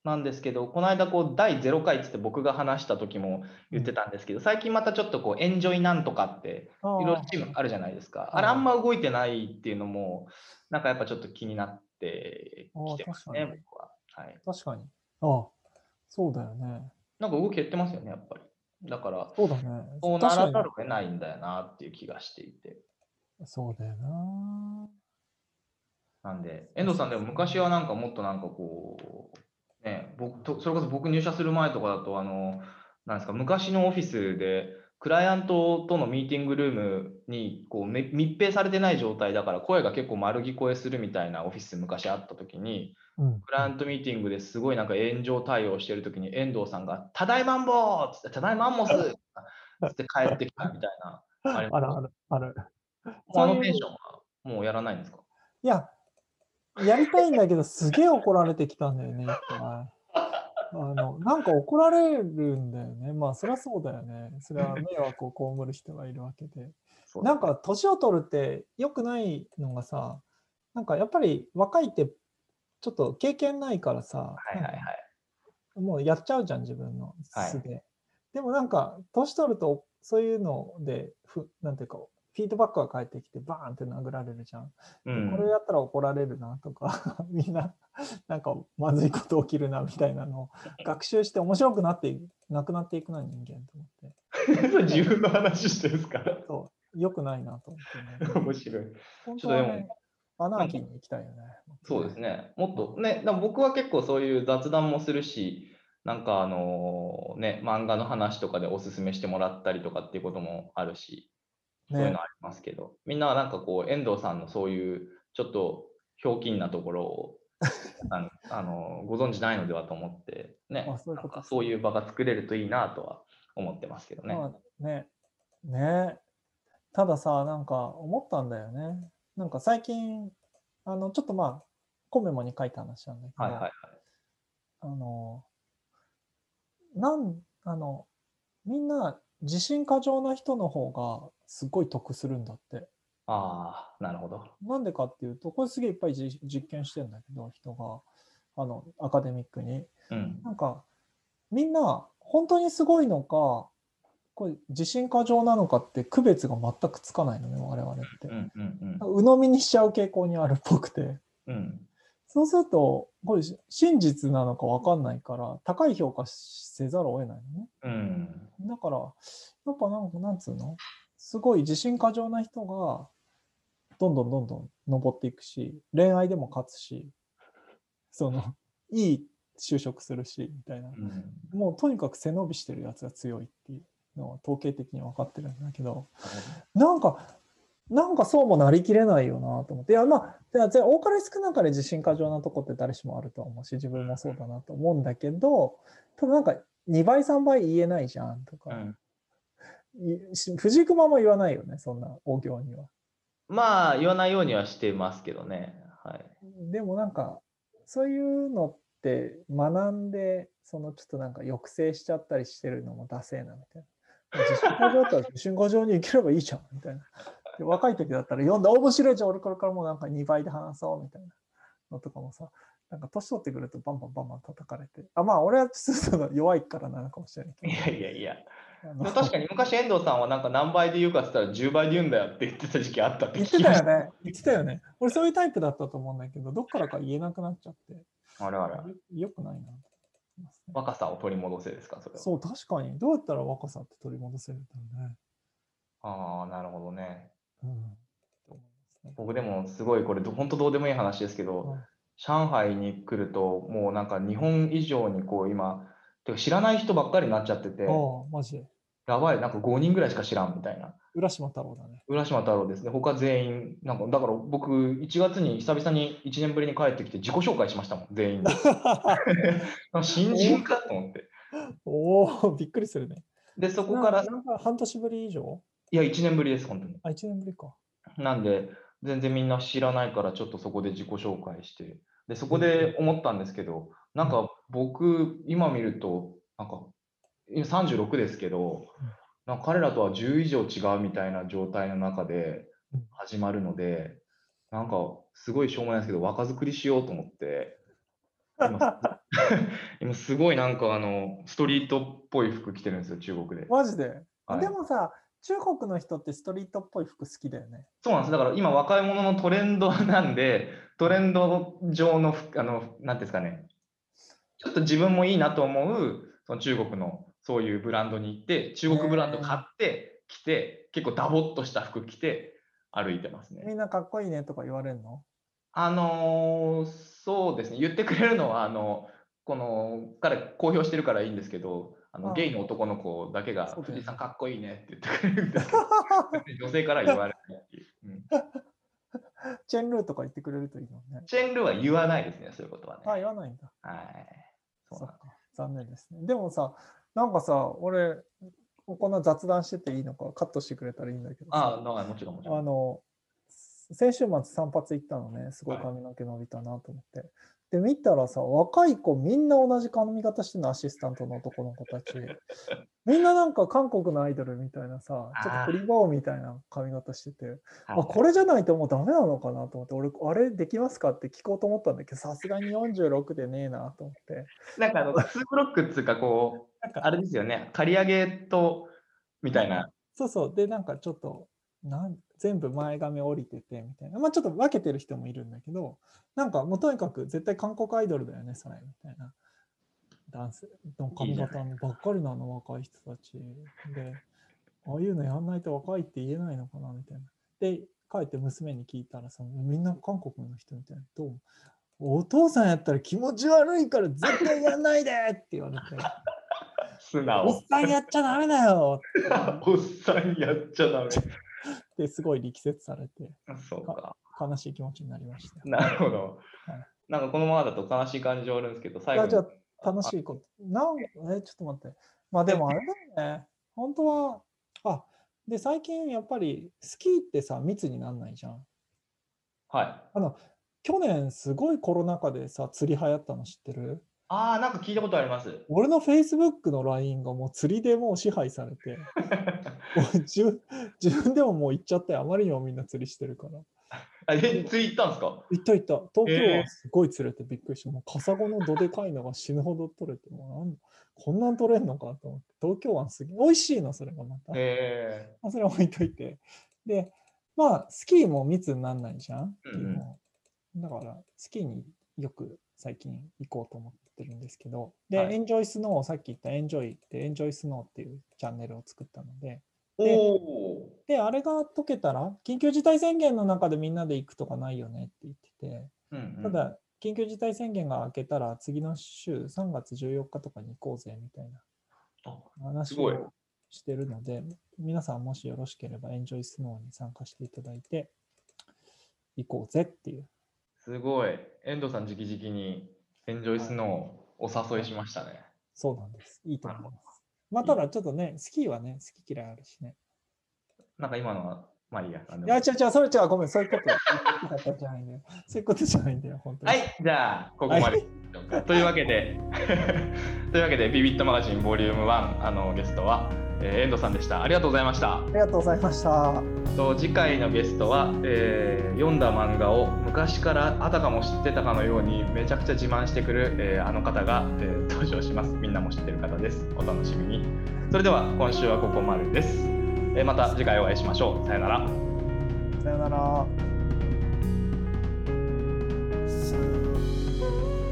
なんですけど、この間こうだいゼロかいっつって僕が話した時も言ってたんですけど、最近またちょっとこうエンジョイなんとかっていろいろチームあるじゃないですか。あれあんま動いてないっていうのも、なんかやっぱちょっと気になってきてますね、僕は。はい、 確かに。ああ、そうだよね。 なんか動き減ってますよね、やっぱり。だから、 そうだね。 そうならざるを得ないんだよなっていう気がしていて。 そうだよな。 なんで、遠藤さんでも昔はなんかもっとなんかこう、ね、僕とそれこそ僕入社する前とかだと、あの、なんですか、昔のオフィスで、クライアントとのミーティングルームにこう密閉されてない状態だから声が結構丸聞こえするみたいなオフィス昔あった時に、うん、クライアントミーティングですごいなんか炎上対応してる時に遠藤さんが「ただいまんぼー」っつって「ただいまんもす」っつって帰ってきたみたいな。 あれあるあるある。 もうあのテンションはもうやらないんですか？ いや、やりたいんだけど、すげえ怒られてきたんだよね、一回。あの、なんか怒られるんだよね。まあ、そりゃそうだよね。それは迷惑を被る人がいるわけで。なんか、年を取るって良くないのがさ、なんかやっぱり若いってちょっと経験ないからさ、 はいはいはい、 もうやっちゃうじゃん、自分の素で。はい、でもなんか、年取るとそういうので、ふなんていうか、フィードバックが返ってきて、バーンって殴られるじゃん。うん、これやったら怒られるなとか、みんな、なんかまずいこと起きるなみたいなのを学習して面白くなってなくなっていくな、人間と思って。 自分の話してるんですか？ そう、よくないなと思ってね。面白い。 本当はね、アナーキーに行きたいよね。 そうですね。もっとね、僕は結構そういう雑談もするし、なんかあのね、漫画の話とかでおすすめしてもらったりとかっていうこともあるし、そういうのありますけど、ね、みんなはなんかこう、遠藤さんのそういうちょっとひょうきんなところをああのご存知ないのではと思って、ね、あ、そういうこと、なんかそういう場が作れるといいなとは思ってますけどね。 まあ、ね、ね。たださ、なんか思ったんだよね。なんか最近、あの、ちょっとまあ、コメモに書いた話なんだけど、はいはいはい、あの、なん、あの、みんな自信過剰な人の方がすごい得するんだって。 ああ、なるほど。 なんでかっていうと、これすげえいっぱい実験してるんだけど、人が、あの、アカデミックに。うん、なんか、みんな本当にすごいのか、これ自信過剰なのかって区別が全くつかないのね、我々って。うんうんうん、鵜呑みにしちゃう傾向にあるっぽくて。うん、そうすると、これ真実なのか分かんないから、高い評価せざるを得ないのね。うん、だから、やっぱなんか、なんつうの、すごい自信過剰な人が、どんどんどんどん登っていくし、恋愛でも勝つし、その、いい就職するし、みたいな。うん、もうとにかく背伸びしてるやつが強いっていうのは統計的に分かってるんだけど、なんか、なんかそうもなりきれないよなと思って。いや、まあ、多かれ少なかれ自信過剰なとこって誰しもあると思うし、自分もそうだなと思うんだけど、ただなんかにばいさんばい言えないじゃんとか、うん、藤井熊も言わないよね、そんな大行には。 まあ、言わないようにはしてますけどね。はい。 でもなんか、そういうのって学んで、そのちょっとなんか抑制しちゃったりしてるのもダセーなみたいな。自信過剰だったら自信過剰に生きればいいじゃんみたいな。で若い時だったら読んだ面白いじゃん、俺これからもうなんかにばいで話そうみたいなのとかもさ、なんか年取ってくるとバンバンバンバン叩かれて。あ、まあ俺はちょっと弱いからなのかもしれないけど。 いやいやいや。でも確かに昔遠藤さんはなんか何倍で言うかって言ったらじゅうばいで言うんだよって言ってた時期あったって聞きました。言ってたよね。言ってたよね。俺そういうタイプだったと思うんだけど、どっからか言えなくなっちゃって。 あれあれ。 よくないな。 若さを取り戻せですか、それは。 そう、確かに。どうやったら若さって取り戻せるんだろうね。 ああ、なるほどね。うん、僕でもすごいこれ本当どうでもいい話ですけど、うん、上海に来るともうなんか日本以上にこう今てか知らない人ばっかりになっちゃってて、 ああ、マジで。 やばい、なんかごにんぐらいしか知らんみたいな。 浦島太郎だね。 浦島太郎ですね。他全員、なんかだから僕いちがつに久々にいちねんぶりに帰ってきて自己紹介しましたもん、全員で。新人かと思って。 おお、びっくりするね。 で、そこから。 なんか半年ぶり以上？ いや、いちねんぶりです、本当に。 あ、いちねんぶりか。 なんで、全然みんな知らないから、ちょっとそこで自己紹介して、で、そこで思ったんですけど、なんか僕、今見ると、なんか、さんじゅうろくですけど、なんか彼らとはじゅう以上違うみたいな状態の中で始まるので、なんか、すごいしょうもないですけど、若作りしようと思って、 今今すごいなんかあのストリートっぽい服着てるんですよ、中国で。 マジで、はい、でもさ、中国の人ってストリートっぽい服好きだよね。 そうなんです。だから今若い者のトレンドなんで、トレンド上のあのなんですかね、ちょっと自分もいいなと思うその中国のそういうブランドに行って、中国ブランド買って着て、結構ダボっとした服着て歩いてますね。 みんなかっこいいねとか言われるの？ あのー、そうですね、言ってくれるのはあのこの彼公表してるからいいんですけど、あのゲイの男の子だけが藤井さんかっこいいねって言ってくれるんですけど女性から言われないっていう、うん、 チェンルーとか言ってくれるといいのね。 チェンルーは言わないですね、そういうことはね。 あ、言わないんだ。 はい。 そうなんだ。残念ですね。でもさ、なんかさ、俺こんな雑談してていいのかカットしてくれたらいいんだけどさ。 ああ、もちろんもちろん。 あの先週末散髪行ったのね、すごい髪の毛伸びたなと思って、はい、で見たらさ、若い子みんな同じ髪型してるの、アシスタントの男の子たちみんななんか韓国のアイドルみたいなさ、ちょっとクリボーみたいな髪型してて、ああこれじゃないともうダメなのかなと思って、俺あれできますかって聞こうと思ったんだけど、さすがによんじゅうろくでねえなと思って、 なんかあのツーブロックっていうかこうあれですよね、刈り上げとみたいな、 そうそう、でなんかちょっとなん全部前髪降りててみたいな、まあちょっと分けてる人もいるんだけど、なんかもうとにかく絶対韓国アイドルだよねそれみたいな、ダンスの髪型ばっかりなの若い人たちで、ああいうのやんないと若いって言えないのかなみたいな。で帰って娘に聞いたらさ、みんな韓国の人みたいな、どうお父さんやったら気持ち悪いから絶対やんないでって言われて素直。 おっさんやっちゃダメだよおっさんやっちゃダメですごい力説されて、 そうか、 悲しい気持ちになりました。 なるほど、はい、なんかこのままだと悲しい感情あるんですけど、最後にじゃあ楽しいことなんえちょっと待って、まあでもあれだよね、本当はあで最近やっぱりスキーってさ密になんないじゃん。 はい。 あの去年すごいコロナ禍でさ釣り流行ったの知ってる？ ああ、なんか聞いたことあります。 俺の Facebook の ライン がもう釣りでもう支配されてもう自, 自分でももう行っちゃって、あまりにもみんな釣りしてるから。 あえ釣り行ったんですか？ 行った行った。東京はすごい釣れてびっくりして、えー、もうカサゴのどでかいのが死ぬほど取れて、もうなんこんなん取れんのかと思って、東京湾すげえ美味しいのそれがまた。 えー、 それは置いといて、でまあスキーも密にならないじゃん、うんうん、だからスキーによく最近行こうと思ってるんですけど、で、はい、エンジョイスノー、さっき言ったエンジョイってエンジョイスノーっていうチャンネルを作ったので、で、であれが解けたら緊急事態宣言の中でみんなで行くとかないよねって言ってて、うんうん、ただ緊急事態宣言が明けたら次の週さんがつじゅうよっかとかに行こうぜみたいな話をしてるので、皆さんもしよろしければエンジョイスノーに参加していただいて行こうぜっていう。 すごい、遠藤さん直々にエンジョイスノーをお誘いしましたね、はい、 そうなんです、いいと思います。まあただちょっとね、スキーはね好き嫌いあるしね。 なんか今のはまあいいや。 いや違う違う、それ違う、ごめん、そういうことじゃないんだよ。そういうことじゃないんだよ、本当に。 はい、じゃあここまで、はい、というわけでというわけでビビットマガジンボリュームワン、あのゲストは、えー、遠藤さんでした。ありがとうございました。 ありがとうございました。 と次回のゲストは、えー、読んだ漫画を昔からあたかも知ってたかのようにめちゃくちゃ自慢してくる、えー、あの方が、えー、登場します。みんなも知ってる方です。お楽しみに。それでは今週はここまでです。えー、また次回お会いしましょう。さよなら。 さよなら。